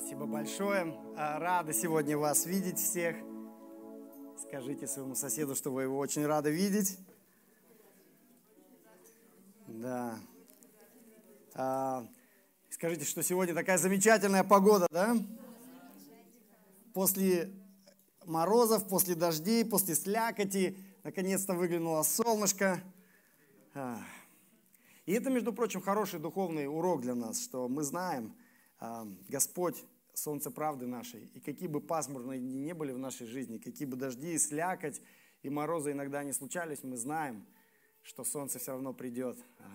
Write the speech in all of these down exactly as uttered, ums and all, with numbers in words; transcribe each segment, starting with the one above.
Спасибо большое. Рада сегодня вас видеть всех. Скажите своему соседу, что вы его очень рады видеть. Да. Скажите, что сегодня такая замечательная погода, да? После морозов, после дождей, после слякоти, наконец-то выглянуло солнышко. И это, между прочим, хороший духовный урок для нас, что мы знаем, Господь, солнце правды нашей, и какие бы пасмурные дни не были в нашей жизни, какие бы дожди, слякоть и морозы иногда не случались, мы знаем, что солнце все равно придет.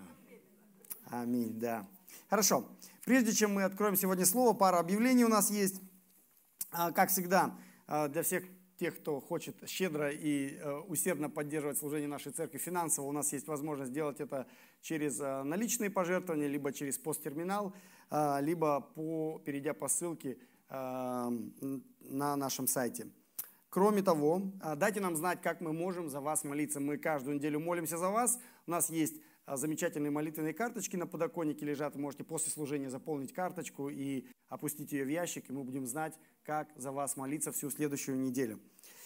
Аминь, да. Хорошо. Прежде чем мы откроем сегодня слово, пара объявлений у нас есть. Как всегда, для всех тех, кто хочет щедро и усердно поддерживать служение нашей церкви финансово, у нас есть возможность сделать это через наличные пожертвования, либо через посттерминал, либо по, перейдя по ссылке на нашем сайте. Кроме того, дайте нам знать, как мы можем за вас молиться. Мы каждую неделю молимся за вас. У нас есть замечательные молитвенные карточки на подоконнике лежат. Вы можете после служения заполнить карточку и опустить ее в ящик, и мы будем знать, как за вас молиться всю следующую неделю.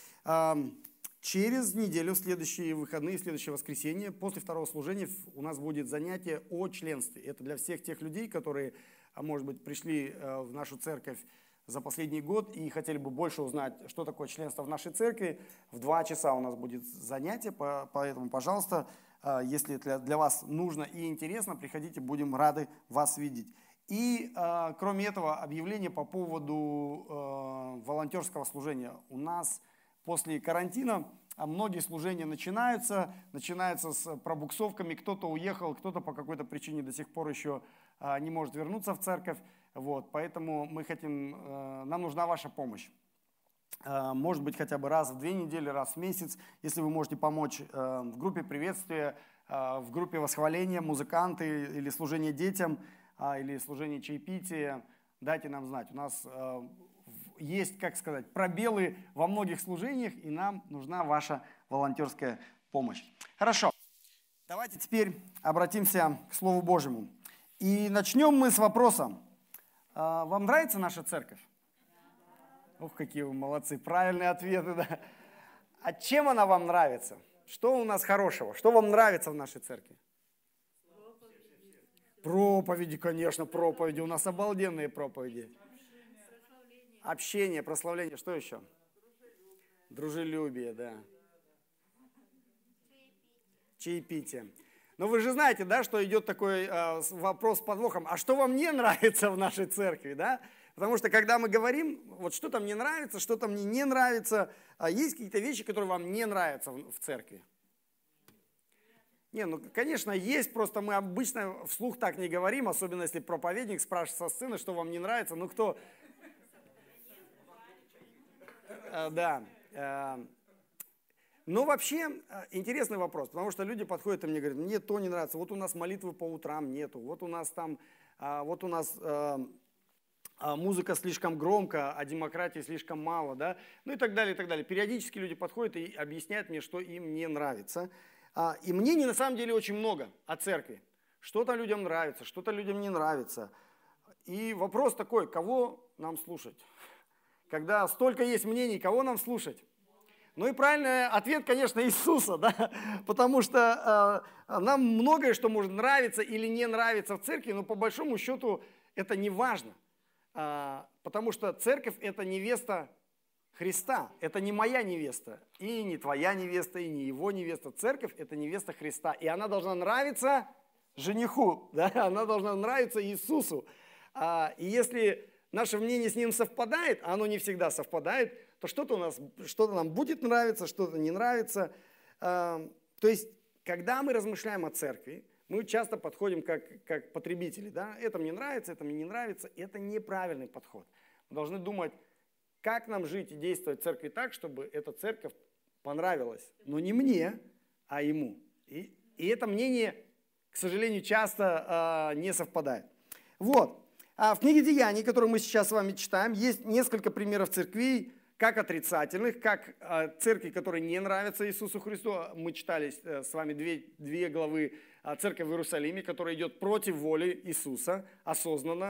Через неделю, в следующие выходные, в следующее воскресенье, после второго служения у нас будет занятие о членстве. Это для всех тех людей, которые, может быть, пришли в нашу церковь за последний год и хотели бы больше узнать, что такое членство в нашей церкви. В два часа у нас будет занятие, поэтому, пожалуйста, если это для вас нужно и интересно, приходите, будем рады вас видеть. И, кроме этого, объявление по поводу волонтерского служения. У нас после карантина многие служения начинаются, начинаются с пробуксовками, кто-то уехал, кто-то по какой-то причине до сих пор еще не может вернуться в церковь. Вот, поэтому мы хотим, нам нужна ваша помощь. Может быть, хотя бы раз в две недели, раз в месяц, если вы можете помочь в группе приветствия, в группе восхваления, музыканты или служение детям, или служение чаепития, дайте нам знать. У нас есть, как сказать, пробелы во многих служениях, и нам нужна ваша волонтерская помощь. Хорошо, давайте теперь обратимся к Слову Божьему. И начнем мы с вопроса. Вам нравится наша церковь? Ух, какие вы молодцы, правильные ответы, да. А чем она вам нравится? Что у нас хорошего? Что вам нравится в нашей церкви? Проповеди, конечно, проповеди. У нас обалденные проповеди. Общение, прославление. Что еще? Дружелюбие, да. Чаепитие. Но вы же знаете, да, что идет такой э, вопрос с подвохом. А что вам не нравится в нашей церкви, да? Потому что когда мы говорим, вот что-то мне нравится, что-то мне не нравится, а есть какие-то вещи, которые вам не нравятся в, в церкви? Не, ну, конечно, есть, просто мы обычно вслух так не говорим, особенно если проповедник спрашивает со сцены, что вам не нравится. Ну, кто... Да. Но вообще интересный вопрос, потому что люди подходят и мне говорят, мне то не нравится, вот у нас молитвы по утрам нету, вот у нас там, вот у нас музыка слишком громко, а демократии слишком мало, да, ну и так далее, и так далее. Периодически люди подходят и объясняют мне, что им не нравится. И мнений на самом деле очень много о церкви. Что-то людям нравится, что-то людям не нравится. И вопрос такой, кого нам слушать? Когда столько есть мнений, кого нам слушать? Ну и правильный ответ, конечно, Иисуса, да, потому что э, нам многое, что может нравиться или не нравиться в церкви, но по большому счету это не важно, э, потому что церковь – это невеста Христа, это не моя невеста, и не твоя невеста, и не его невеста. Церковь – это невеста Христа, и она должна нравиться жениху, да, она должна нравиться Иисусу. Э, и если наше мнение с ним совпадает, а оно не всегда совпадает, то что-то у нас, что-то нам будет нравиться, что-то не нравится. То есть, когда мы размышляем о церкви, мы часто подходим как, как потребители. Да? Это мне нравится, это мне не нравится. Это неправильный подход. Мы должны думать, как нам жить и действовать в церкви так, чтобы эта церковь понравилась. Но не мне, а ему. И, и это мнение, к сожалению, часто э, не совпадает. Вот. А в книге Деяний, которую мы сейчас с вами читаем, есть несколько примеров церквей, как отрицательных, как э, церкви, которые не нравятся Иисусу Христу. Мы читали э, с вами две, две главы э, церкви в Иерусалиме, которая идет против воли Иисуса, осознанно.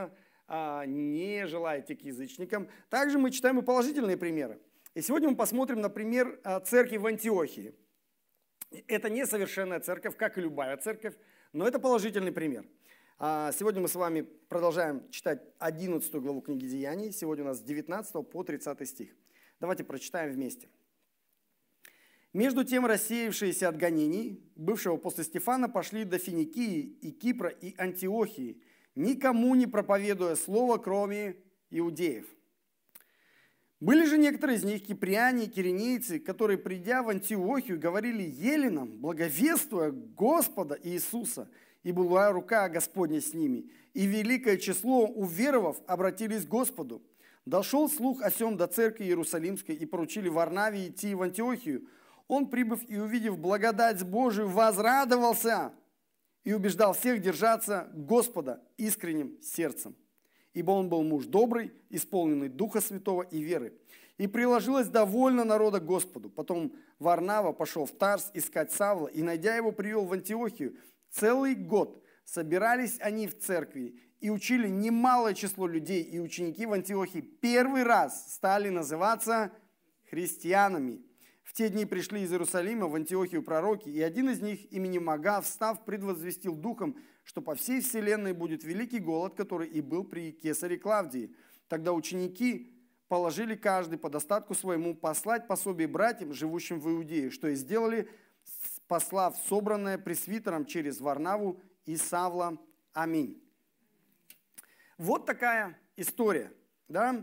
не желая идти к язычникам. Также мы читаем и положительные примеры. И сегодня мы посмотрим на пример церкви в Антиохии. Это не совершенная церковь, как и любая церковь, но это положительный пример. Сегодня мы с вами продолжаем читать одиннадцатую главу книги Деяний. Сегодня у нас с девятнадцатого по тридцатый стих. Давайте прочитаем вместе. «Между тем рассеявшиеся от гонений, бывшего после Стефана, пошли до Финикии и Кипра и Антиохии, никому не проповедуя слово, кроме иудеев. Были же некоторые из них киприане и киринейцы, которые, придя в Антиохию, говорили еленам, благовествуя Господа Иисуса, и была рука Господня с ними, и великое число уверовав обратились к Господу. Дошел слух о сем до церкви Иерусалимской, и поручили Варнаве идти в Антиохию. Он, прибыв и увидев благодать Божию, возрадовался и убеждал всех держаться Господа искренним сердцем. Ибо он был муж добрый, исполненный Духа Святого и веры. И приложилось довольно народа к Господу. Потом Варнава пошел в Тарс искать Савла, и, найдя его, привел в Антиохию. Целый год собирались они в церкви и учили немалое число людей, и ученики в Антиохии первый раз стали называться христианами. В те дни пришли из Иерусалима в Антиохию пророки, и один из них, именем Ага, встав, предвозвестил духом, что по всей вселенной будет великий голод, который и был при кесаре Клавдии. Тогда ученики положили каждый по достатку своему послать пособие братьям, живущим в Иудее, что и сделали, послав собранное пресвитером через Варнаву и Савла. Аминь». Вот такая история. Да?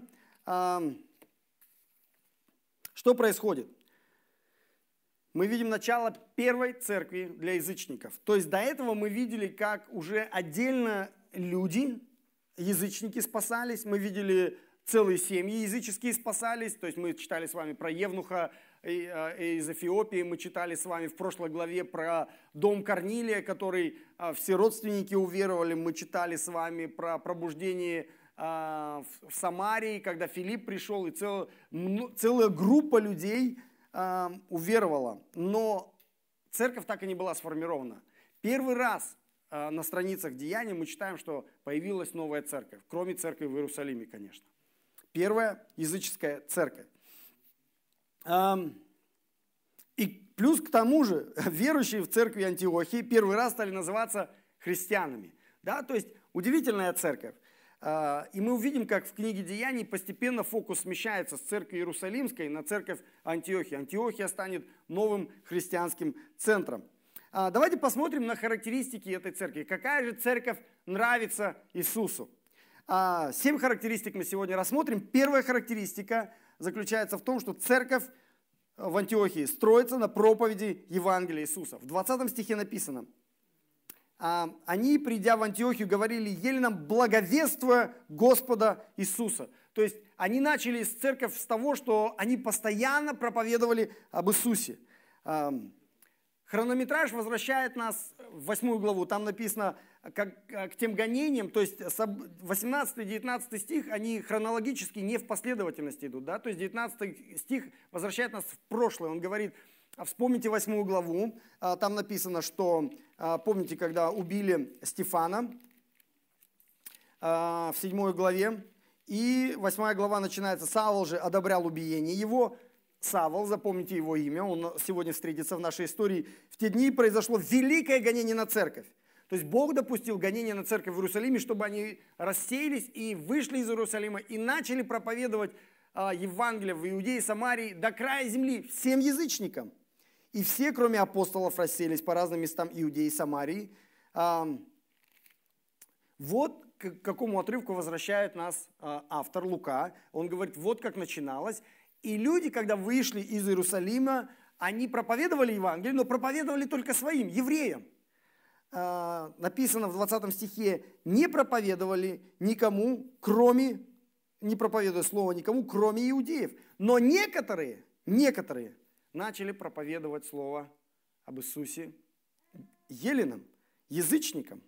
Что происходит? Мы видим начало первой церкви для язычников. То есть до этого мы видели, как уже отдельно люди, язычники спасались. Мы видели целые семьи языческие спасались. То есть мы читали с вами про Евнуха из Эфиопии. Мы читали с вами в прошлой главе про дом Корнилия, который все родственники уверовали. Мы читали с вами про пробуждение в Самарии, когда Филипп пришел, и целая, целая группа людей уверовала, но церковь так и не была сформирована. Первый раз на страницах Деяний мы читаем, что появилась новая церковь, кроме церкви в Иерусалиме, конечно. Первая языческая церковь. И плюс к тому же верующие в церкви Антиохии первый раз стали называться христианами. Да? То есть удивительная церковь. И мы увидим, как в книге Деяний постепенно фокус смещается с церкви Иерусалимской на церковь Антиохии. Антиохия станет новым христианским центром. Давайте посмотрим на характеристики этой церкви. Какая же церковь нравится Иисусу? Семь характеристик мы сегодня рассмотрим. Первая характеристика заключается в том, что церковь в Антиохии строится на проповеди Евангелия Иисуса. В двадцатом стихе написано: они, придя в Антиохию, говорили еленам, благовествуя Господа Иисуса. То есть они начали с церковь с того, что они постоянно проповедовали об Иисусе. Хронометраж возвращает нас в восьмую главу. Там написано как, к тем гонениям, то есть восемнадцатый-девятнадцатый стих, они хронологически не в последовательности идут. Да? То есть девятнадцатый стих возвращает нас в прошлое. Он говорит: вспомните восьмую главу, там написано, что, помните, когда убили Стефана в седьмой главе, и восьмая глава начинается: Савл же одобрял убиение его. Савл, запомните его имя, он сегодня встретится в нашей истории. В те дни произошло великое гонение на церковь. То есть Бог допустил гонение на церковь в Иерусалиме, чтобы они рассеялись и вышли из Иерусалима и начали проповедовать Евангелие в Иудее и Самарии до края земли всем язычникам. И все, кроме апостолов, расселись по разным местам Иудеи и Самарии. Вот к какому отрывку возвращает нас автор Лука. Он говорит, вот как начиналось. И люди, когда вышли из Иерусалима, они проповедовали Евангелие, но проповедовали только своим, евреям. Написано в двадцатом стихе: не проповедовали никому, кроме, не проповедуя слово никому, кроме иудеев. Но некоторые, некоторые начали проповедовать слово об Иисусе еленам, язычникам.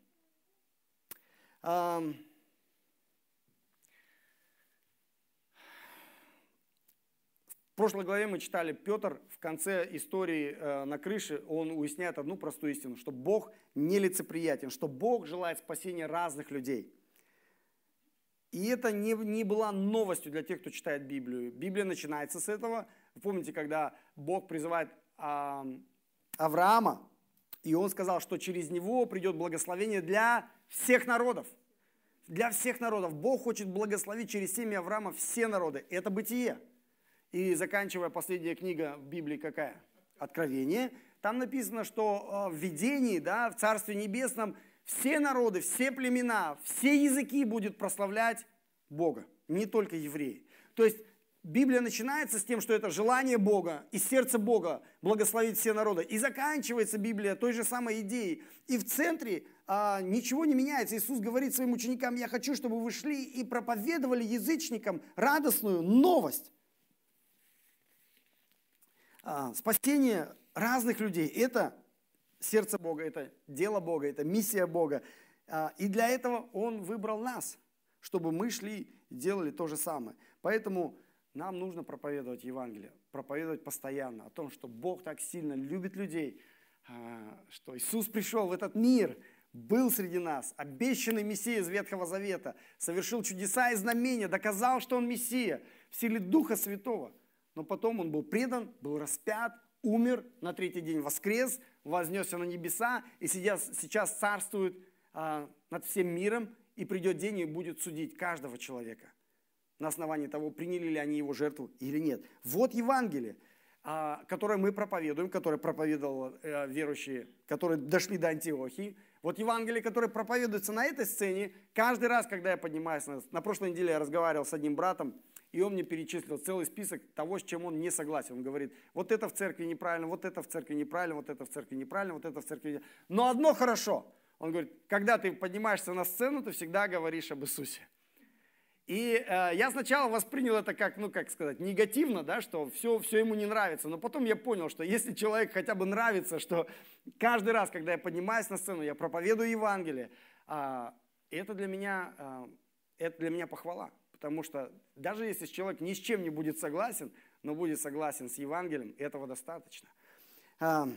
В прошлой главе мы читали, Петр в конце истории э, на крыше, он уясняет одну простую истину, что Бог нелицеприятен, что Бог желает спасения разных людей. И это не, не была новостью для тех, кто читает Библию. Библия начинается с этого. Вы помните, когда Бог призывает а, Авраама, и он сказал, что через него придет благословение для всех народов. Для всех народов. Бог хочет благословить через семя Авраама все народы. Это Бытие. И заканчивая, последняя книга в Библии какая? Откровение. Там написано, что в видении, да, в Царстве Небесном, все народы, все племена, все языки будут прославлять Бога, не только евреи. То есть Библия начинается с тем, что это желание Бога и сердце Бога благословить все народы. И заканчивается Библия той же самой идеей. И в центре а, ничего не меняется. Иисус говорит своим ученикам: я хочу, чтобы вы шли и проповедовали язычникам радостную новость. А, спасение разных людей – это сердце Бога, это дело Бога, это миссия Бога. И для этого Он выбрал нас, чтобы мы шли и делали то же самое. Поэтому нам нужно проповедовать Евангелие, проповедовать постоянно о том, что Бог так сильно любит людей, что Иисус пришел в этот мир, был среди нас, обещанный Мессия из Ветхого Завета, совершил чудеса и знамения, доказал, что Он Мессия в силе Духа Святого. Но потом Он был предан, был распят, умер, на третий день воскрес, вознесся на небеса и сейчас, сейчас царствует а, над всем миром, и придет день и будет судить каждого человека на основании того, приняли ли они Его жертву или нет. Вот Евангелие, а, которое мы проповедуем, которое проповедовали а, верующие, которые дошли до Антиохии. Вот Евангелие, которое проповедуется на этой сцене, каждый раз, когда я поднимаюсь, на, на прошлой неделе я разговаривал с одним братом, и он мне перечислил целый список того, с чем он не согласен. Он говорит: вот это в церкви неправильно, вот это в церкви неправильно, вот это в церкви неправильно, вот это в церкви неправильно. Но одно хорошо. Он говорит: когда ты поднимаешься на сцену, ты всегда говоришь об Иисусе. И э, я сначала воспринял это как, ну как сказать, негативно, да, что все, все ему не нравится. Но потом я понял, что если человек хотя бы нравится, что каждый раз, когда я поднимаюсь на сцену, я проповедую Евангелие, э, это для меня, э, это для меня похвала. Потому что даже если человек ни с чем не будет согласен, но будет согласен с Евангелием, этого достаточно. А,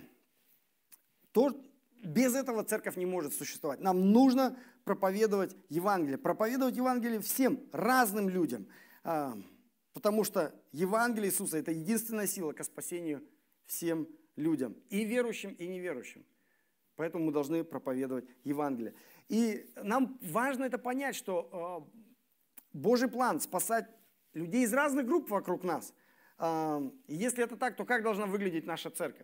то, без этого церковь не может существовать. Нам нужно проповедовать Евангелие. Проповедовать Евангелие всем, разным людям. А, потому что Евангелие Иисуса – это единственная сила к спасению всем людям. И верующим, и неверующим. Поэтому мы должны проповедовать Евангелие. И нам важно это понять, что Божий план – спасать людей из разных групп вокруг нас. Если это так, то как должна выглядеть наша церковь?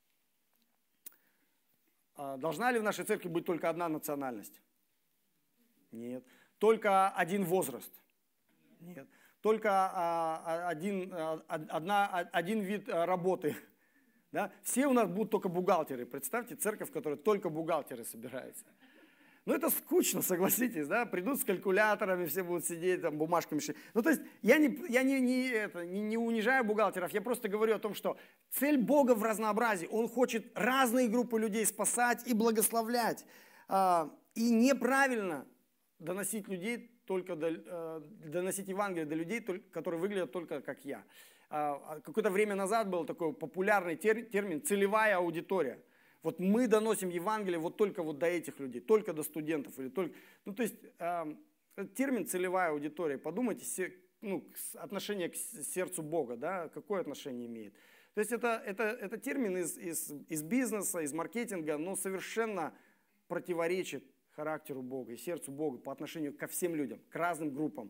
Должна ли в нашей церкви быть только одна национальность? Нет. Только один возраст? Нет. Только один, одна, один вид работы? Да? Все у нас будут только бухгалтеры. Представьте, церковь, в которой только бухгалтеры собираются. Ну, это скучно, согласитесь, да? Придут с калькуляторами, все будут сидеть, там, бумажками. Ну, то есть, я, не, я не, не, это, не, не унижаю бухгалтеров, я просто говорю о том, что цель Бога в разнообразии. Он хочет разные группы людей спасать и благословлять. И неправильно доносить людей только до, доносить Евангелие до людей, которые выглядят только как я. Какое-то время назад был такой популярный термин «целевая аудитория». Вот мы доносим Евангелие вот только вот до этих людей, только до студентов. Или только... Ну, то есть э, термин «целевая аудитория», подумайте, ну, отношение к сердцу Бога, да, какое отношение имеет. То есть это, это, это термин из, из, из бизнеса, из маркетинга, но совершенно противоречит характеру Бога и сердцу Бога по отношению ко всем людям, к разным группам.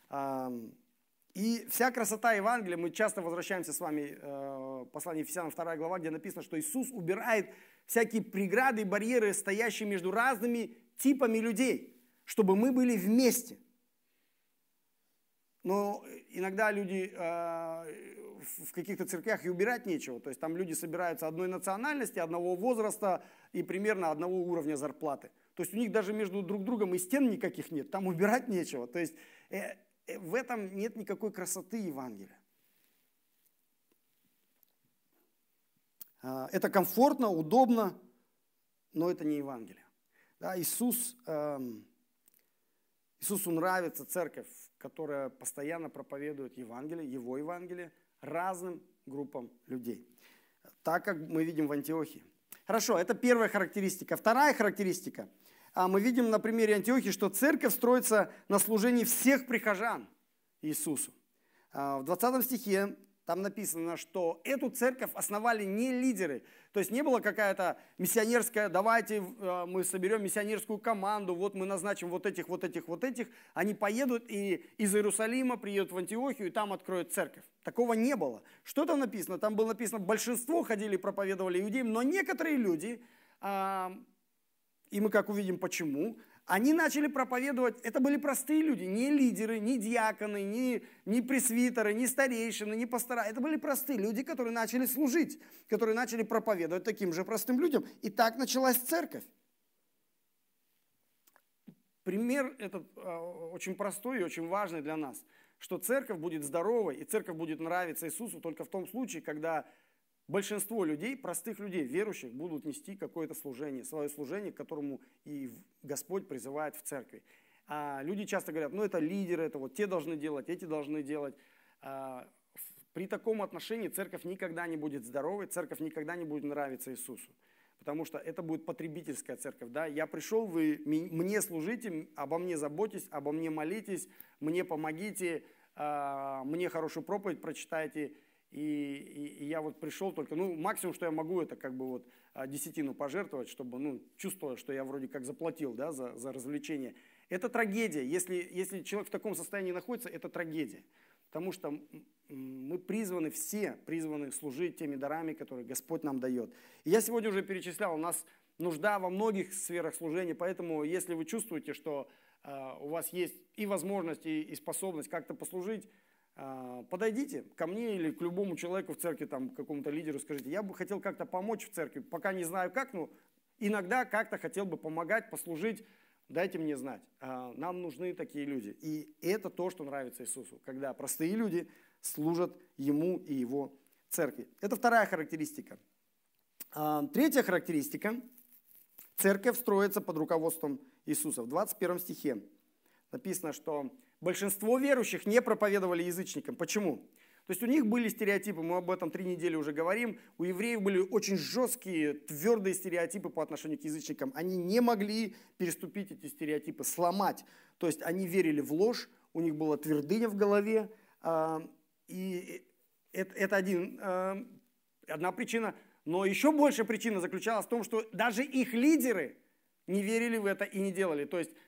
И вся красота Евангелия, мы часто возвращаемся с вами э, послание Ефесянам вторая глава, где написано, что Иисус убирает всякие преграды и барьеры, стоящие между разными типами людей, чтобы мы были вместе. Но иногда люди э, в каких-то церквях и убирать нечего. То есть там люди собираются одной национальности, одного возраста и примерно одного уровня зарплаты. То есть у них даже между друг другом и стен никаких нет, там убирать нечего. То есть э, в этом нет никакой красоты Евангелия. Это комфортно, удобно, но это не Евангелие. Да, Иисус, э, Иисусу нравится церковь, которая постоянно проповедует Евангелие, Его Евангелие разным группам людей. Так, как мы видим в Антиохии. Хорошо, это первая характеристика. Вторая характеристика. а мы видим на примере Антиохии, что церковь строится на служении всех прихожан Иисусу. В двадцатом стихе там написано, что эту церковь основали не лидеры. То есть не было какая-то миссионерская, давайте мы соберем миссионерскую команду, вот мы назначим вот этих, вот этих, вот этих. Они поедут и из Иерусалима приедут в Антиохию и там откроют церковь. Такого не было. Что там написано? Там было написано, большинство ходили и проповедовали иудеям, но некоторые люди, и мы как увидим почему, они начали проповедовать, это были простые люди, не лидеры, не диаконы, не, не пресвитеры, не старейшины, не пастора. Это были простые люди, которые начали служить, которые начали проповедовать таким же простым людям. И так началась церковь. Пример этот очень простой и очень важный для нас, что церковь будет здоровой и церковь будет нравиться Иисусу только в том случае, когда большинство людей, простых людей, верующих, будут нести какое-то служение, свое служение, к которому и Господь призывает в церкви. А люди часто говорят, ну это лидеры, это вот те должны делать, эти должны делать. А при таком отношении церковь никогда не будет здоровой, церковь никогда не будет нравиться Иисусу. Потому что это будет потребительская церковь. Да? Я пришел, вы мне служите, обо мне заботьтесь, обо мне молитесь, мне помогите, мне хорошую проповедь прочитайте. И, и, и я вот пришел только, ну, максимум, что я могу, это как бы вот десятину пожертвовать, чтобы, ну, чувствовать, что я вроде как заплатил, да, за, за развлечение. Это трагедия. Если, если человек в таком состоянии находится, это трагедия. Потому что мы призваны, все призваны служить теми дарами, которые Господь нам дает. И я сегодня уже перечислял, у нас нужда во многих сферах служения, поэтому если вы чувствуете, что э, у вас есть и возможность, и, и способность как-то послужить, подойдите ко мне или к любому человеку в церкви, там, к какому-то лидеру, скажите, я бы хотел как-то помочь в церкви, пока не знаю как, но иногда как-то хотел бы помогать, послужить, дайте мне знать. Нам нужны такие люди. И это то, что нравится Иисусу, когда простые люди служат Ему и Его церкви. Это вторая характеристика. Третья характеристика. Церковь строится под руководством Иисуса. В двадцать первом стихе написано, что большинство верующих не проповедовали язычникам. Почему? То есть у них были стереотипы, мы об этом три недели уже говорим. У евреев были очень жесткие, твердые стереотипы по отношению к язычникам. Они не могли переступить эти стереотипы, сломать. То есть они верили в ложь, у них была твердыня в голове. И это один, одна причина. Но еще большая причина заключалась в том, что даже их лидеры не верили в это и не делали. То есть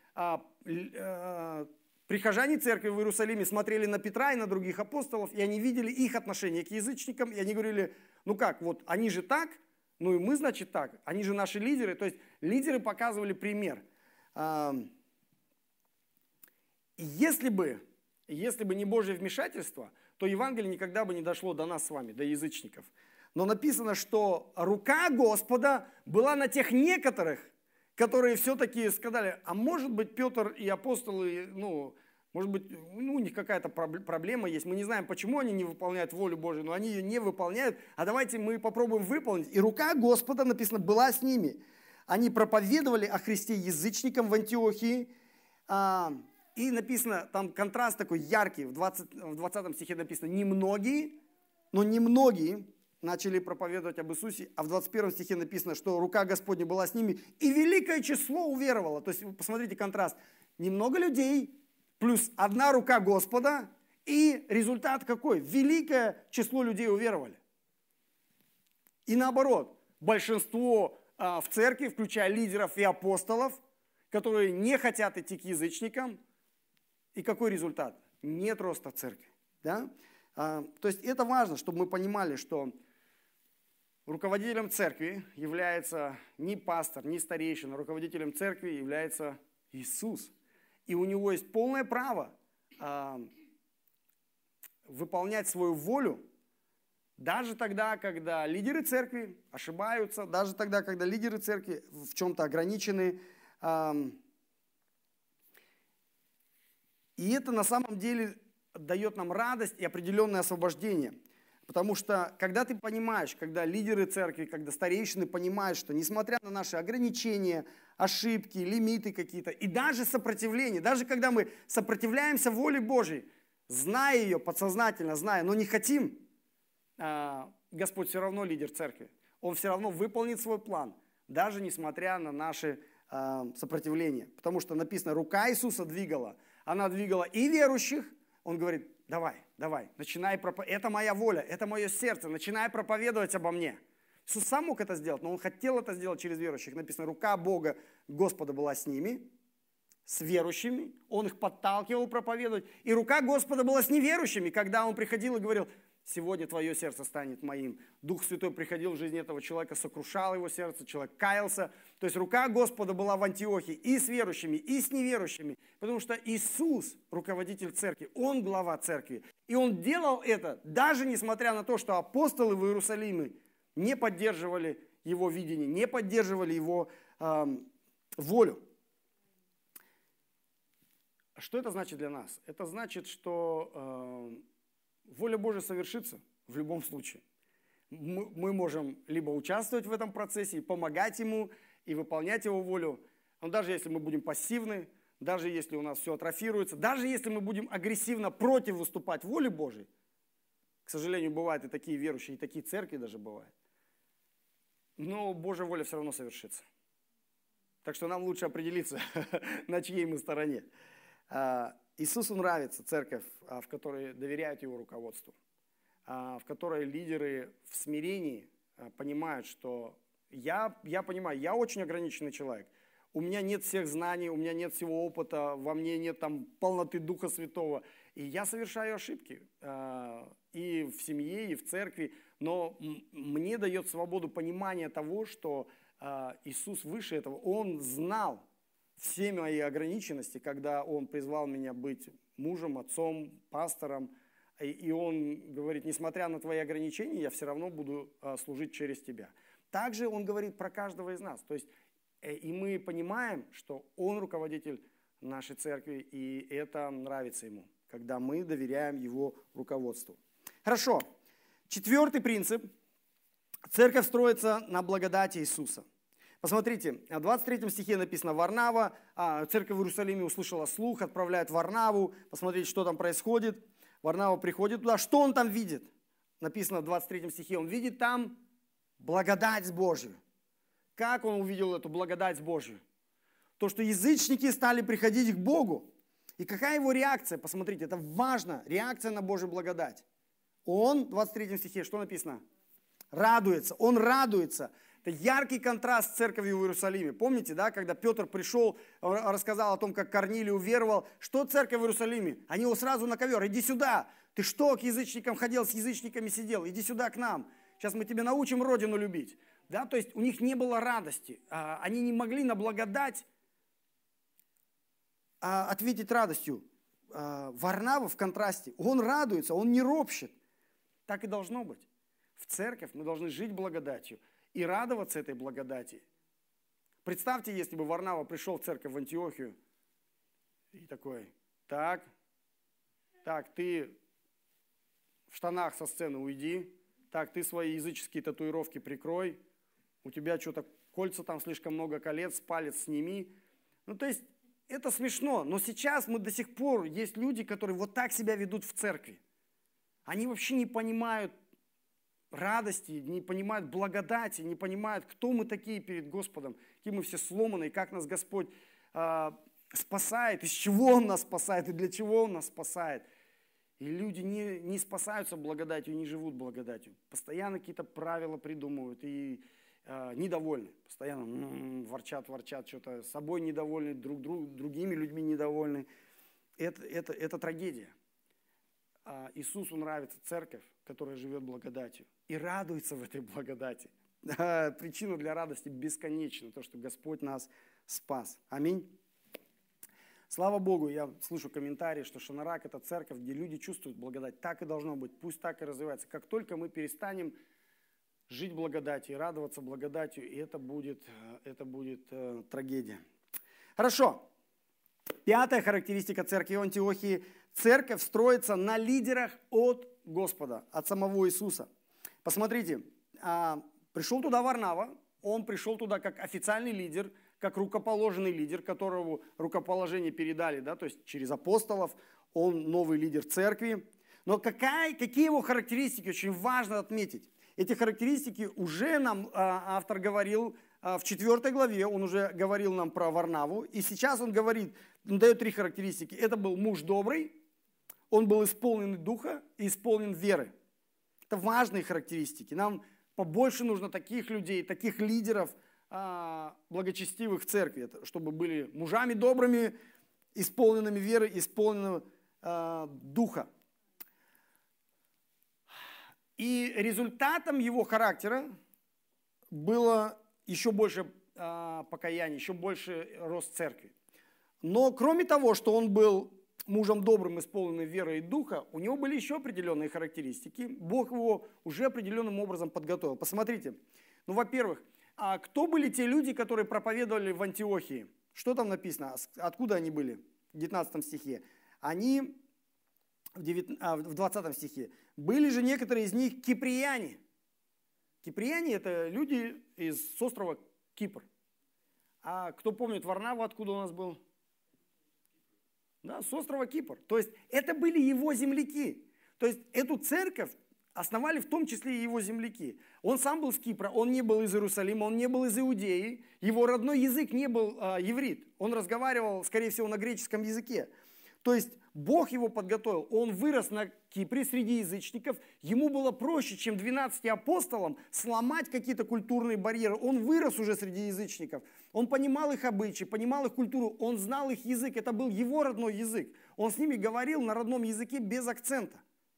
прихожане церкви в Иерусалиме смотрели на Петра и на других апостолов, и они видели их отношение к язычникам, и они говорили, ну как, вот они же так, ну и мы, значит, так, они же наши лидеры. То есть лидеры показывали пример. Если бы, если бы не Божье вмешательство, то Евангелие никогда бы не дошло до нас с вами, до язычников. Но написано, что рука Господа была на тех некоторых, которые все-таки сказали, а может быть Петр и апостолы, ну, может быть, ну, у них какая-то проблема есть, мы не знаем, почему они не выполняют волю Божию, но они ее не выполняют, а давайте мы попробуем выполнить. И рука Господа, написано, была с ними. Они проповедовали о Христе язычникам в Антиохии, и написано, там контраст такой яркий, в двадцатом стихе написано, немногие, но немногие начали проповедовать об Иисусе, а в двадцать первом стихе написано, что рука Господня была с ними, и великое число уверовало. То есть, посмотрите контраст. Немного людей, плюс одна рука Господа, и результат какой? Великое число людей уверовали. И наоборот, большинство а, в церкви, включая лидеров и апостолов, которые не хотят идти к язычникам, и какой результат? Нет роста церкви. Да? А, то есть это важно, чтобы мы понимали, что руководителем церкви является не пастор, не старейшина. Руководителем церкви является Иисус. И у него есть полное право а, выполнять свою волю, даже тогда, когда лидеры церкви ошибаются, даже тогда, когда лидеры церкви в чем-то ограничены. А, и это на самом деле дает нам радость и определенное освобождение. Потому что, когда ты понимаешь, когда лидеры церкви, когда старейшины понимают, что несмотря на наши ограничения, ошибки, лимиты какие-то, и даже сопротивление, даже когда мы сопротивляемся воле Божьей, зная ее подсознательно, зная, но не хотим, Господь все равно лидер церкви. Он все равно выполнит свой план, даже несмотря на наши а, сопротивление. Потому что написано, рука Иисуса двигала. Она двигала и верующих. Он говорит, давай, давай, начинай проповедовать. Это моя воля, это мое сердце. Начинай проповедовать обо мне. Иисус сам мог это сделать, но Он хотел это сделать через верующих. Написано, рука Бога, Господа была с ними, с верующими. Он их подталкивал проповедовать. И рука Господа была с неверующими, когда Он приходил и говорил, сегодня твое сердце станет моим. Дух Святой приходил в жизнь этого человека, сокрушал его сердце, человек каялся. То есть рука Господа была в Антиохии и с верующими, и с неверующими. Потому что Иисус, руководитель церкви, Он глава церкви. И Он делал это, даже несмотря на то, что апостолы в Иерусалиме не поддерживали Его видение, не поддерживали Его э, волю. Что это значит для нас? Это значит, что э, воля Божия совершится в любом случае. Мы, мы можем либо участвовать в этом процессе и помогать Ему, и выполнять Его волю. Но даже если мы будем пассивны, даже если у нас все атрофируется, даже если мы будем агрессивно против выступать воле Божией, к сожалению, бывают и такие верующие, и такие церкви даже бывают, но Божья воля все равно совершится. Так что нам лучше определиться, на чьей мы стороне. Иисусу нравится церковь, в которой доверяют Его руководству, в которой лидеры в смирении понимают, что я, я понимаю, я очень ограниченный человек. У меня нет всех знаний, у меня нет всего опыта, во мне нет там полноты Духа Святого. И я совершаю ошибки и в семье, и в церкви. Но мне дает свободу понимания того, что Иисус выше этого. Он знал все мои ограниченности, когда Он призвал меня быть мужем, отцом, пастором. И Он говорит, несмотря на твои ограничения, я все равно буду служить через тебя. Также Он говорит про каждого из нас. То есть, и мы понимаем, что Он руководитель нашей церкви, и это нравится Ему, когда мы доверяем Его руководству. Хорошо. Четвертый принцип. Церковь строится на благодати Иисуса. Посмотрите, в двадцать третьем стихе написано Варнава, церковь в Иерусалиме услышала слух, отправляет Варнаву, посмотрите, что там происходит. Варнава приходит туда, что он там видит? Написано в двадцать третьем стихе, он видит там благодать Божью. Как он увидел эту благодать Божью? То, что язычники стали приходить к Богу. И какая его реакция? Посмотрите, это важно, реакция на Божью благодать. Он, в двадцать третьем стихе, что написано? Радуется, он радуется. Это яркий контраст с церковью в Иерусалиме. Помните, да, когда Петр пришел, рассказал о том, как Корнилий уверовал. Что церковь в Иерусалиме? Они его сразу на ковер. Иди сюда. Ты что, к язычникам ходил, с язычниками сидел? Иди сюда к нам. Сейчас мы тебя научим родину любить. Да, то есть у них не было радости. Они не могли на благодать ответить радостью. Варнава в контрасте. Он радуется, он не ропщет. Так и должно быть. В церковь мы должны жить благодатью и радоваться этой благодати. Представьте, если бы Варнава пришел в церковь в Антиохию и такой, так, так, ты в штанах со сцены уйди, так, ты свои языческие татуировки прикрой, у тебя что-то кольца там слишком много колец, палец сними. Ну, то есть, это смешно, но сейчас мы до сих пор, есть люди, которые вот так себя ведут в церкви. Они вообще не понимают радости, не понимают благодати, не понимают, кто мы такие перед Господом, какие мы все сломанные, как нас Господь э, спасает, из чего Он нас спасает и для чего Он нас спасает. И люди не, не спасаются благодатью, не живут благодатью. Постоянно какие-то правила придумывают и э, недовольны. Постоянно м-м, ворчат, ворчат, что-то собой недовольны, друг, друг, другими людьми недовольны. Это, это, это трагедия. А Иисусу нравится церковь, которая живет благодатью и радуется в этой благодати. Причина для радости бесконечна, то, что Господь нас спас. Аминь. Слава Богу, я слышу комментарии, что Шанарак – это церковь, где люди чувствуют благодать. Так и должно быть, пусть так и развивается. Как только мы перестанем жить благодатью и радоваться благодатью, и это будет, это будет э, трагедия. Хорошо. Пятая характеристика церкви в Антиохии. Церковь строится на лидерах от Господа, от самого Иисуса. Посмотрите, пришел туда Варнава, он пришел туда как официальный лидер, как рукоположенный лидер, которому рукоположение передали, да, то есть через апостолов, он новый лидер церкви. Но какая, какие его характеристики, очень важно отметить. Эти характеристики уже нам автор говорил в четвёртой главе он уже говорил нам про Варнаву, и сейчас он говорит, он дает три характеристики. Это был муж добрый, он был исполнен духа и исполнен веры. Это важные характеристики. Нам побольше нужно таких людей, таких лидеров, благочестивых в церкви, чтобы были мужами добрыми, исполненными веры, исполненными духа. И результатом его характера было еще больше э, покаяния, еще больше рост церкви. Но кроме того, что он был мужем добрым, исполненным верой и духа, у него были еще определенные характеристики. Бог его уже определенным образом подготовил. Посмотрите, ну, во-первых, а кто были те люди, которые проповедовали в Антиохии? Что там написано? Откуда они были? В девятнадцатом стихе. Они, в двадцатом стихе, были же некоторые из них киприяне. Киприяне – это люди из острова Кипр. А кто помнит Варнаву, откуда у нас был? Да, с острова Кипр. То есть это были его земляки. То есть эту церковь основали в том числе и его земляки. Он сам был с Кипра, он не был из Иерусалима, он не был из Иудеи. Его родной язык не был э, иврит. Он разговаривал, скорее всего, на греческом языке. То есть Бог его подготовил, он вырос на Кипре среди язычников, ему было проще, чем двенадцати апостолам, сломать какие-то культурные барьеры. Он вырос уже среди язычников, он понимал их обычаи, понимал их культуру, он знал их язык, это был его родной язык. Он с ними говорил на родном языке без акцента.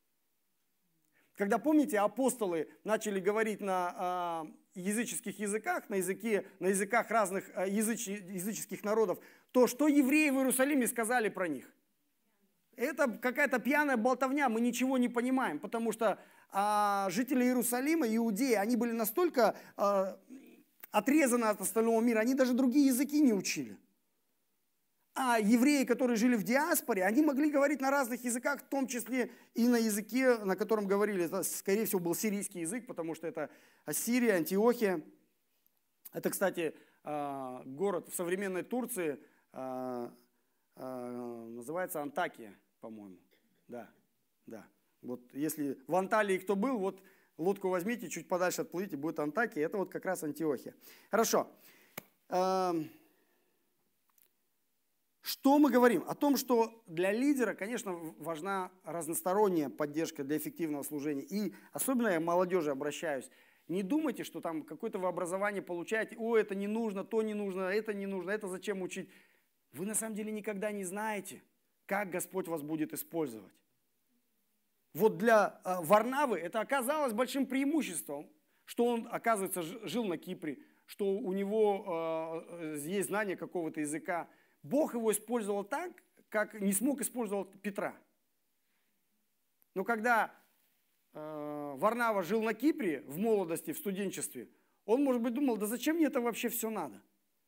Когда, помните, апостолы начали говорить на э, языческих языках, на, языке, на языках разных э, языч, языческих народов, то что евреи в Иерусалиме сказали про них? Это какая-то пьяная болтовня, мы ничего не понимаем, потому что а, жители Иерусалима, иудеи, они были настолько а, отрезаны от остального мира, они даже другие языки не учили. А евреи, которые жили в диаспоре, они могли говорить на разных языках, в том числе и на языке, на котором говорили. Это, скорее всего, был сирийский язык, потому что это Ассирия, Антиохия. Это, кстати, а, город в современной Турции, а, а, называется Антакия. По-моему, да, да. Вот если в Анталии кто был, вот лодку возьмите, чуть подальше отплывите, будет Антакия, это вот как раз Антиохия. Хорошо. Что мы говорим? О том, что для лидера, конечно, важна разносторонняя поддержка для эффективного служения. И особенно я к молодежи обращаюсь. Не думайте, что там какое-то вы образование получаете, о, это не нужно, то не нужно, это не нужно, это зачем учить. Вы на самом деле никогда не знаете, как Господь вас будет использовать. Вот для э, Варнавы это оказалось большим преимуществом, что он, оказывается, жил на Кипре, что у него э, есть знание какого-то языка. Бог его использовал так, как не смог использовать Петра. Но когда э, Варнава жил на Кипре в молодости, в студенчестве, он, может быть, думал, да зачем мне это вообще все надо?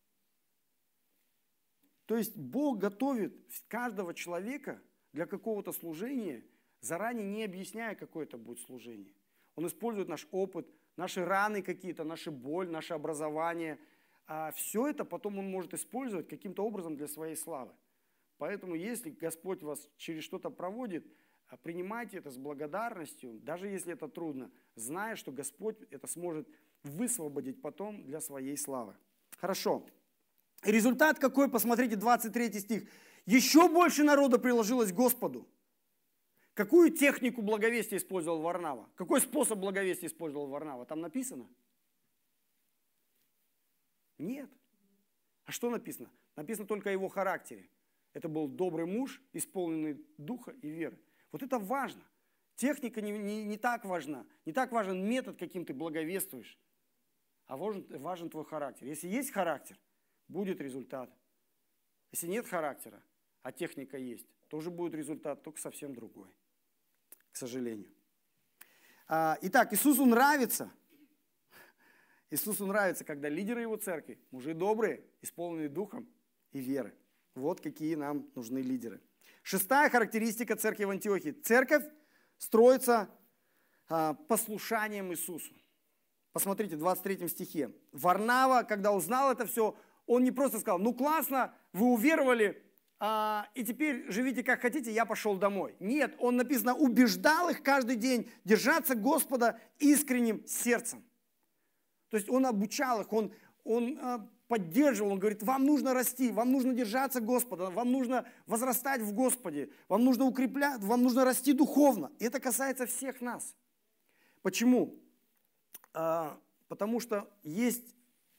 То есть Бог готовит каждого человека для какого-то служения, заранее не объясняя, какое это будет служение. Он использует наш опыт, наши раны какие-то, нашу боль, наше образование. А все это потом он может использовать каким-то образом для своей славы. Поэтому если Господь вас через что-то проводит, принимайте это с благодарностью, даже если это трудно, зная, что Господь это сможет высвободить потом для своей славы. Хорошо. Результат какой? Посмотрите, двадцать третий стих. Еще больше народа приложилось к Господу. Какую технику благовестия использовал Варнава? Какой способ благовестия использовал Варнава? Там написано? Нет. А что написано? Написано только о его характере. Это был добрый муж, исполненный духа и веры. Вот это важно. Техника не, не, не так важна. Не так важен метод, каким ты благовествуешь. А важен, важен твой характер. Если есть характер, будет результат. Если нет характера, а техника есть, тоже будет результат, только совсем другой. К сожалению. Итак, Иисусу нравится. Иисусу нравится, когда лидеры его церкви, мужи добрые, исполненные духом и веры. Вот какие нам нужны лидеры. Шестая характеристика церкви в Антиохии. Церковь строится послушанием Иисусу. Посмотрите, в двадцать третьем стихе. Варнава, когда узнал это все, он не просто сказал, ну классно, вы уверовали, а, и теперь живите как хотите, я пошел домой. Нет, он, написано, убеждал их каждый день держаться Господа искренним сердцем. То есть он обучал их, он, он поддерживал, он говорит, вам нужно расти, вам нужно держаться Господа, вам нужно возрастать в Господе, вам нужно укреплять, вам нужно расти духовно. И это касается всех нас. Почему? Потому что есть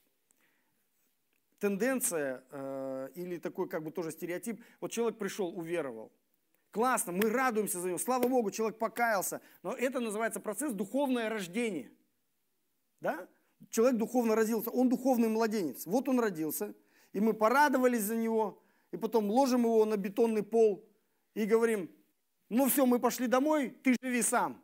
тенденция или такой как бы тоже стереотип. Вот человек пришел, уверовал. Классно, мы радуемся за него. Слава Богу, человек покаялся. Но это называется процесс духовное рождение. Да? Человек духовно родился, он духовный младенец. Вот он родился, и мы порадовались за него, и потом ложим его на бетонный пол и говорим, ну все, мы пошли домой, ты живи сам.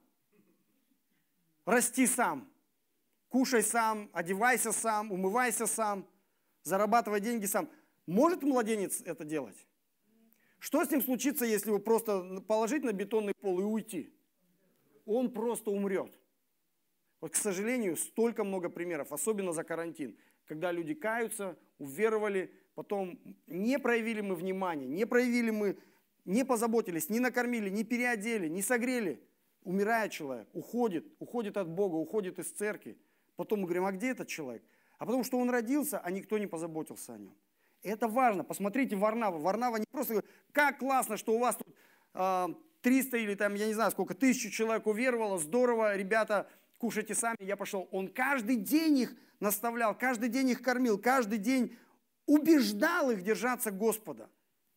Расти сам. Кушай сам, одевайся сам, умывайся сам, зарабатывай деньги сам. Может младенец это делать? Что с ним случится, если его просто положить на бетонный пол и уйти? Он просто умрет. Вот, к сожалению, столько много примеров, особенно за карантин, когда люди каются, уверовали, потом не проявили мы внимания, не проявили мы, не позаботились, не накормили, не переодели, не согрели. Умирает человек, уходит, уходит от Бога, уходит из церкви. Потом мы говорим, а где этот человек? А потому что он родился, а никто не позаботился о нем. Это важно. Посмотрите Варнава. Варнава не просто говорит, как классно, что у вас тут э, триста или там, я не знаю сколько, тысячу человек уверовало, здорово, ребята, кушайте сами, я пошел. Он каждый день их наставлял, каждый день их кормил, каждый день убеждал их держаться Господа.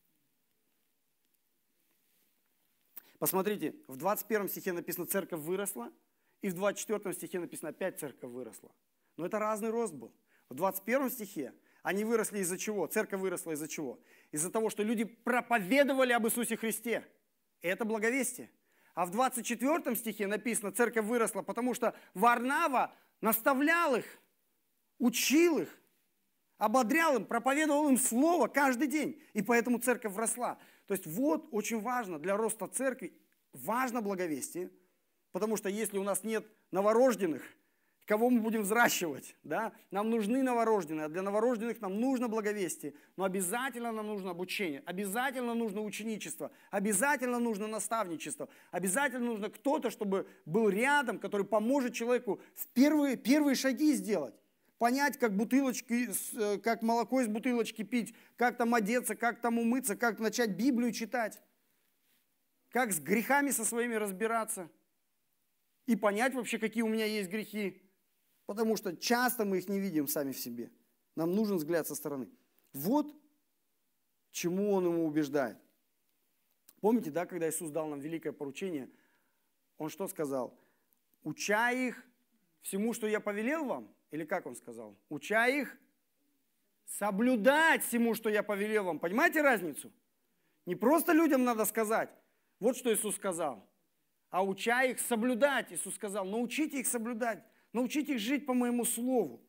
Посмотрите, в двадцать первом стихе написано, церковь выросла, и в двадцать четвёртом стихе написано, опять церковь выросла. Но это разный рост был. В двадцать первом стихе они выросли из-за чего? Церковь выросла из-за чего? Из-за того, что люди проповедовали об Иисусе Христе. И это благовестие. А в двадцать четвёртом стихе написано, церковь выросла, потому что Варнава наставлял их, учил их, ободрял им, проповедовал им слово каждый день. И поэтому церковь росла. То есть вот очень важно для роста церкви, важно благовестие, потому что если у нас нет новорожденных, кого мы будем взращивать? Да? Нам нужны новорожденные, а для новорожденных нам нужно благовестие, но обязательно нам нужно обучение, обязательно нужно ученичество, обязательно нужно наставничество, обязательно нужно кто-то, чтобы был рядом, который поможет человеку в первые, первые шаги сделать. Понять, как бутылочки, как молоко из бутылочки пить, как там одеться, как там умыться, как начать Библию читать, как с грехами со своими разбираться и понять вообще, какие у меня есть грехи. Потому что часто мы их не видим сами в себе. Нам нужен взгляд со стороны. Вот чему он ему убеждает. Помните, да, когда Иисус дал нам великое поручение, он что сказал? Уча их всему, что я повелел вам? Или как он сказал? Уча их соблюдать всему, что я повелел вам. Понимаете разницу? Не просто людям надо сказать, вот что Иисус сказал, а уча их соблюдать. Иисус сказал, научите их соблюдать. Научите их жить по моему слову.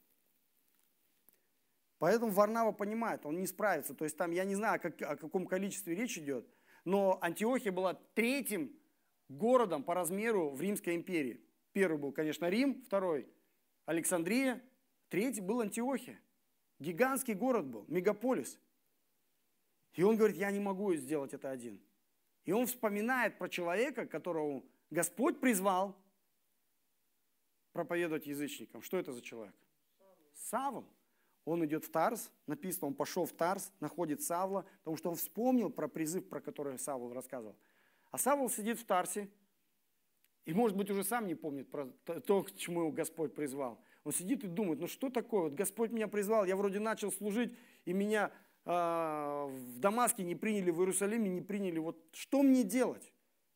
Поэтому Варнава понимает, он не справится. То есть там, я не знаю, как, о каком количестве речь идет, но Антиохия была третьим городом по размеру в Римской империи. Первый был, конечно, Рим, второй Александрия, третий был Антиохия. Гигантский город был, мегаполис. И он говорит, я не могу сделать это один. И он вспоминает про человека, которого Господь призвал проповедовать язычникам. Что это за человек? Савл. Он идет в Тарс, написано, он пошел в Тарс, находит Савла, потому что он вспомнил про призыв, про который Савл рассказывал. А Савл сидит в Тарсе, и, может быть, уже сам не помнит про то, к чему его Господь призвал. Он сидит и думает, ну что такое, вот Господь меня призвал, я вроде начал служить, и меня э, в Дамаске не приняли, в Иерусалиме не приняли, вот что мне делать?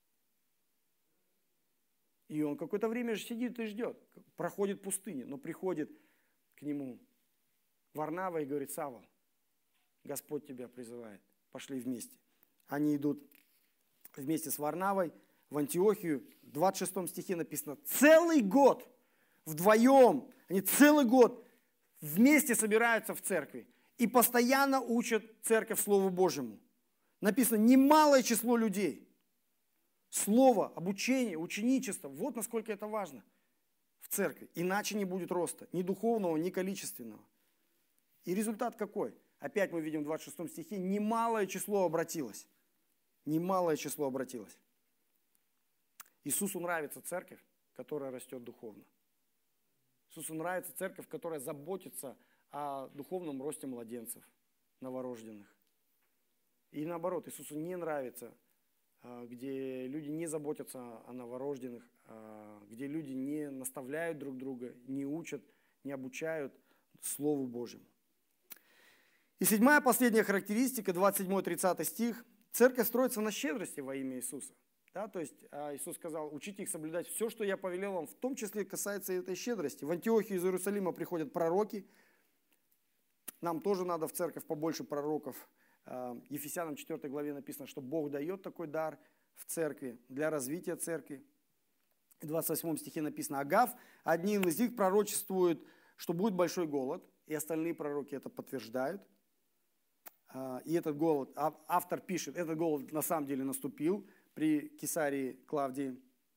И он какое-то время же сидит и ждет. Проходит пустыня, но приходит к нему Варнава и говорит, Савл, Господь тебя призывает, пошли вместе. Они идут вместе с Варнавой в Антиохию. В двадцать шестом стихе написано, целый год вдвоем, они целый год вместе собираются в церкви и постоянно учат церковь Слову Божьему. Написано, немалое число людей. Слово, обучение, ученичество. Вот насколько это важно в церкви. Иначе не будет роста. Ни духовного, ни количественного. И результат какой? Опять мы видим в двадцать шестом стихе. Немалое число обратилось. Немалое число обратилось. Иисусу нравится церковь, которая растет духовно. Иисусу нравится церковь, которая заботится о духовном росте младенцев, новорожденных. И наоборот, Иисусу не нравится, где люди не заботятся о новорожденных, где люди не наставляют друг друга, не учат, не обучают Слову Божьему. И седьмая, последняя характеристика, двадцать седьмой тридцатый стих. Церковь строится на щедрости во имя Иисуса. Да, то есть Иисус сказал, учите их соблюдать все, что я повелел вам, в том числе касается этой щедрости. В Антиохию из Иерусалима приходят пророки. Нам тоже надо в церковь побольше пророков. Ефесянам четвёртой главе написано, что Бог дает такой дар в церкви для развития церкви. В двадцать восьмом стихе написано, Агав, одним из них пророчествует, что будет большой голод, и остальные пророки это подтверждают. И этот голод, автор пишет, этот голод на самом деле наступил при Кесарии Клавдии.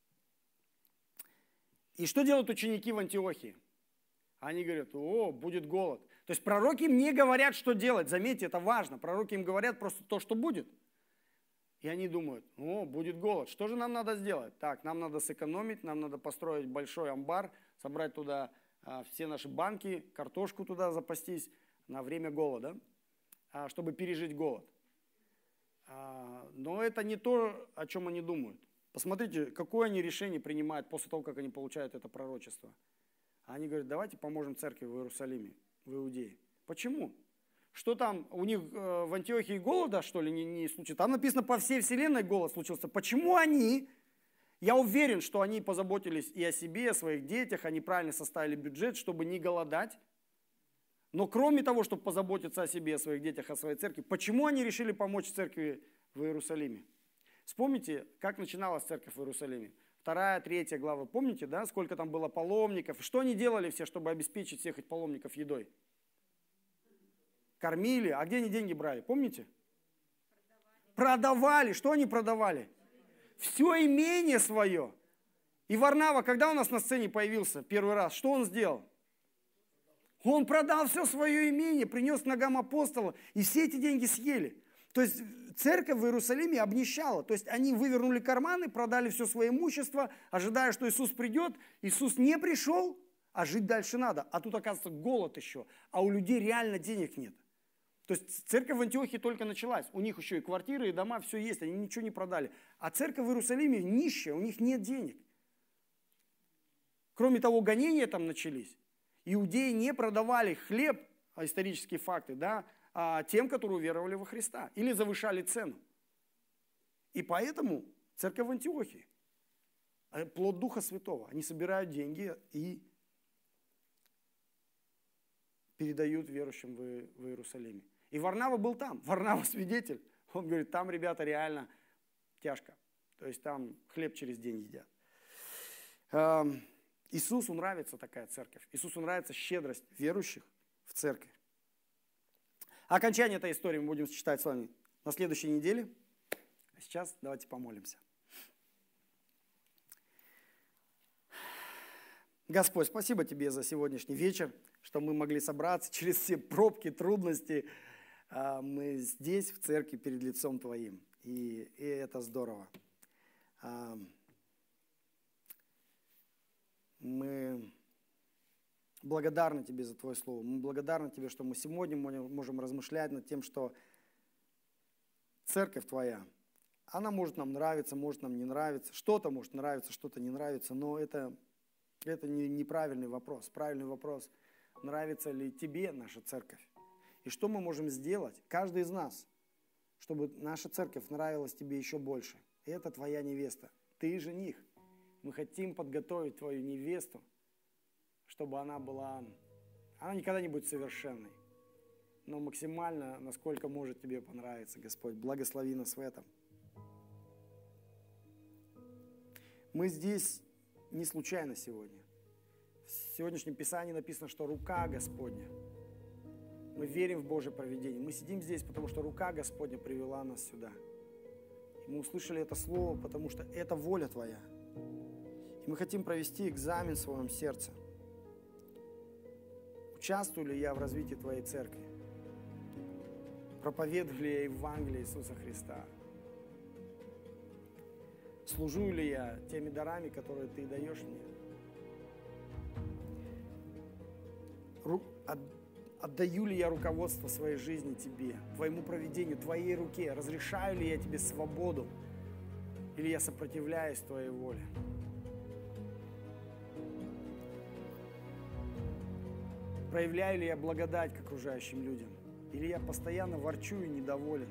И что делают ученики в Антиохии? Они говорят, о, будет голод. То есть пророки им не говорят, что делать. Заметьте, это важно. Пророки им говорят просто то, что будет. И они думают, о, будет голод. Что же нам надо сделать? Так, нам надо сэкономить, нам надо построить большой амбар, собрать туда а, все наши банки, картошку туда запастись на время голода, а, чтобы пережить голод. А, но это не то, о чем они думают. Посмотрите, какое они решение принимают после того, как они получают это пророчество. Они говорят, давайте поможем церкви в Иерусалиме, в Иудее. Почему? Что там, у них э, в Антиохии голода, что ли, не, не случилось? Там написано, по всей вселенной голод случился. Почему они? Я уверен, что они позаботились и о себе, и о своих детях, они правильно составили бюджет, чтобы не голодать. Но кроме того, чтобы позаботиться о себе, о своих детях, о своей церкви, почему они решили помочь церкви в Иерусалиме? Вспомните, как начиналась церковь в Иерусалиме. Вторая, третья глава. Помните, да, сколько там было паломников? Что они делали все, чтобы обеспечить всех этих паломников едой? Кормили. А где они деньги брали? Помните? Продавали. Продавали. Что они продавали? Все имение свое. И Варнава, когда у нас на сцене появился первый раз, что он сделал? Он продал все свое имение, принес к ногам апостола, и все эти деньги съели. То есть церковь в Иерусалиме обнищала. То есть они вывернули карманы, продали все свое имущество, ожидая, что Иисус придет. Иисус не пришел, а жить дальше надо. А тут, оказывается, голод еще. А у людей реально денег нет. То есть церковь в Антиохии только началась. У них еще и квартиры, и дома, все есть, они ничего не продали. А церковь в Иерусалиме нищая, у них нет денег. Кроме того, гонения там начались. Иудеи не продавали хлеб, исторические факты, да, тем, которые уверовали во Христа. Или завышали цену. И поэтому церковь в Антиохии, плод Духа Святого, они собирают деньги и передают верующим в, в Иерусалиме. И Варнава был там. Варнава свидетель. Он говорит, там, ребята, реально тяжко. То есть там хлеб через день едят. Иисусу нравится такая церковь. Иисусу нравится щедрость верующих в церковь. Окончание этой истории мы будем читать с вами на следующей неделе. А сейчас давайте помолимся. Господь, спасибо Тебе за сегодняшний вечер, что мы могли собраться через все пробки, трудности. Мы здесь, в церкви, перед лицом Твоим. И, и это здорово. Мы благодарны Тебе за Твое Слово. Мы благодарны Тебе, что мы сегодня можем размышлять над тем, что церковь Твоя, она может нам нравиться, может нам не нравиться. Что-то может нравиться, что-то не нравится, но это, это не, неправильный вопрос. Правильный вопрос, нравится ли Тебе наша церковь. И что мы можем сделать, каждый из нас, чтобы наша церковь нравилась Тебе еще больше. И это Твоя невеста, Ты жених. Мы хотим подготовить Твою невесту, чтобы она была, она никогда не будет совершенной, но максимально, насколько может Тебе понравиться, Господь. Благослови нас в этом. Мы здесь не случайно сегодня. В сегодняшнем Писании написано, что рука Господня. Мы верим в Божье провидение. Мы сидим здесь, потому что рука Господня привела нас сюда. И мы услышали это слово, потому что это воля Твоя. И мы хотим провести экзамен в своем сердце. Участвую ли я в развитии Твоей церкви? Проповедую ли я Евангелие Иисуса Христа? Служу ли я теми дарами, которые Ты даешь мне? Отдаю ли я руководство своей жизни Тебе, Твоему провидению, Твоей руке? Разрешаю ли я Тебе свободу? Или я сопротивляюсь Твоей воле? Проявляю ли я благодать к окружающим людям? Или я постоянно ворчу и недоволен?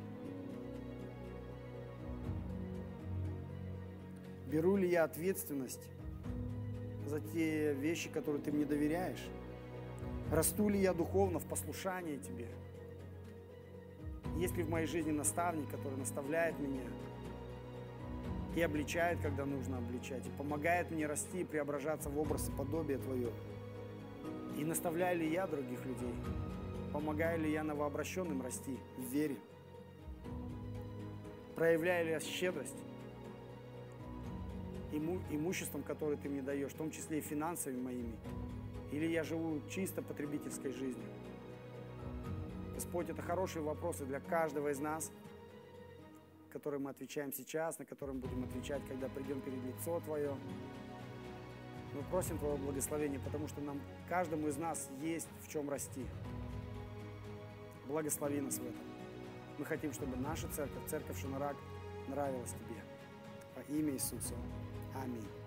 Беру ли я ответственность за те вещи, которые Ты мне доверяешь? Расту ли я духовно в послушании Тебе? Есть ли в моей жизни наставник, который наставляет меня и обличает, когда нужно обличать, и помогает мне расти и преображаться в образ и подобие Твое? И наставляю ли я других людей? Помогаю ли я новообращенным расти в вере? Проявляю ли я щедрость иму, имуществом, которое Ты мне даешь, в том числе и финансами моими? Или я живу чисто потребительской жизнью? Господь, это хорошие вопросы для каждого из нас, которые мы отвечаем сейчас, на которые мы будем отвечать, когда придем перед лицо Твое. Мы просим Твоего благословения, потому что нам, каждому из нас есть в чем расти. Благослови нас в этом. Мы хотим, чтобы наша церковь, церковь Шанарак, нравилась Тебе. Во имя Иисуса. Аминь.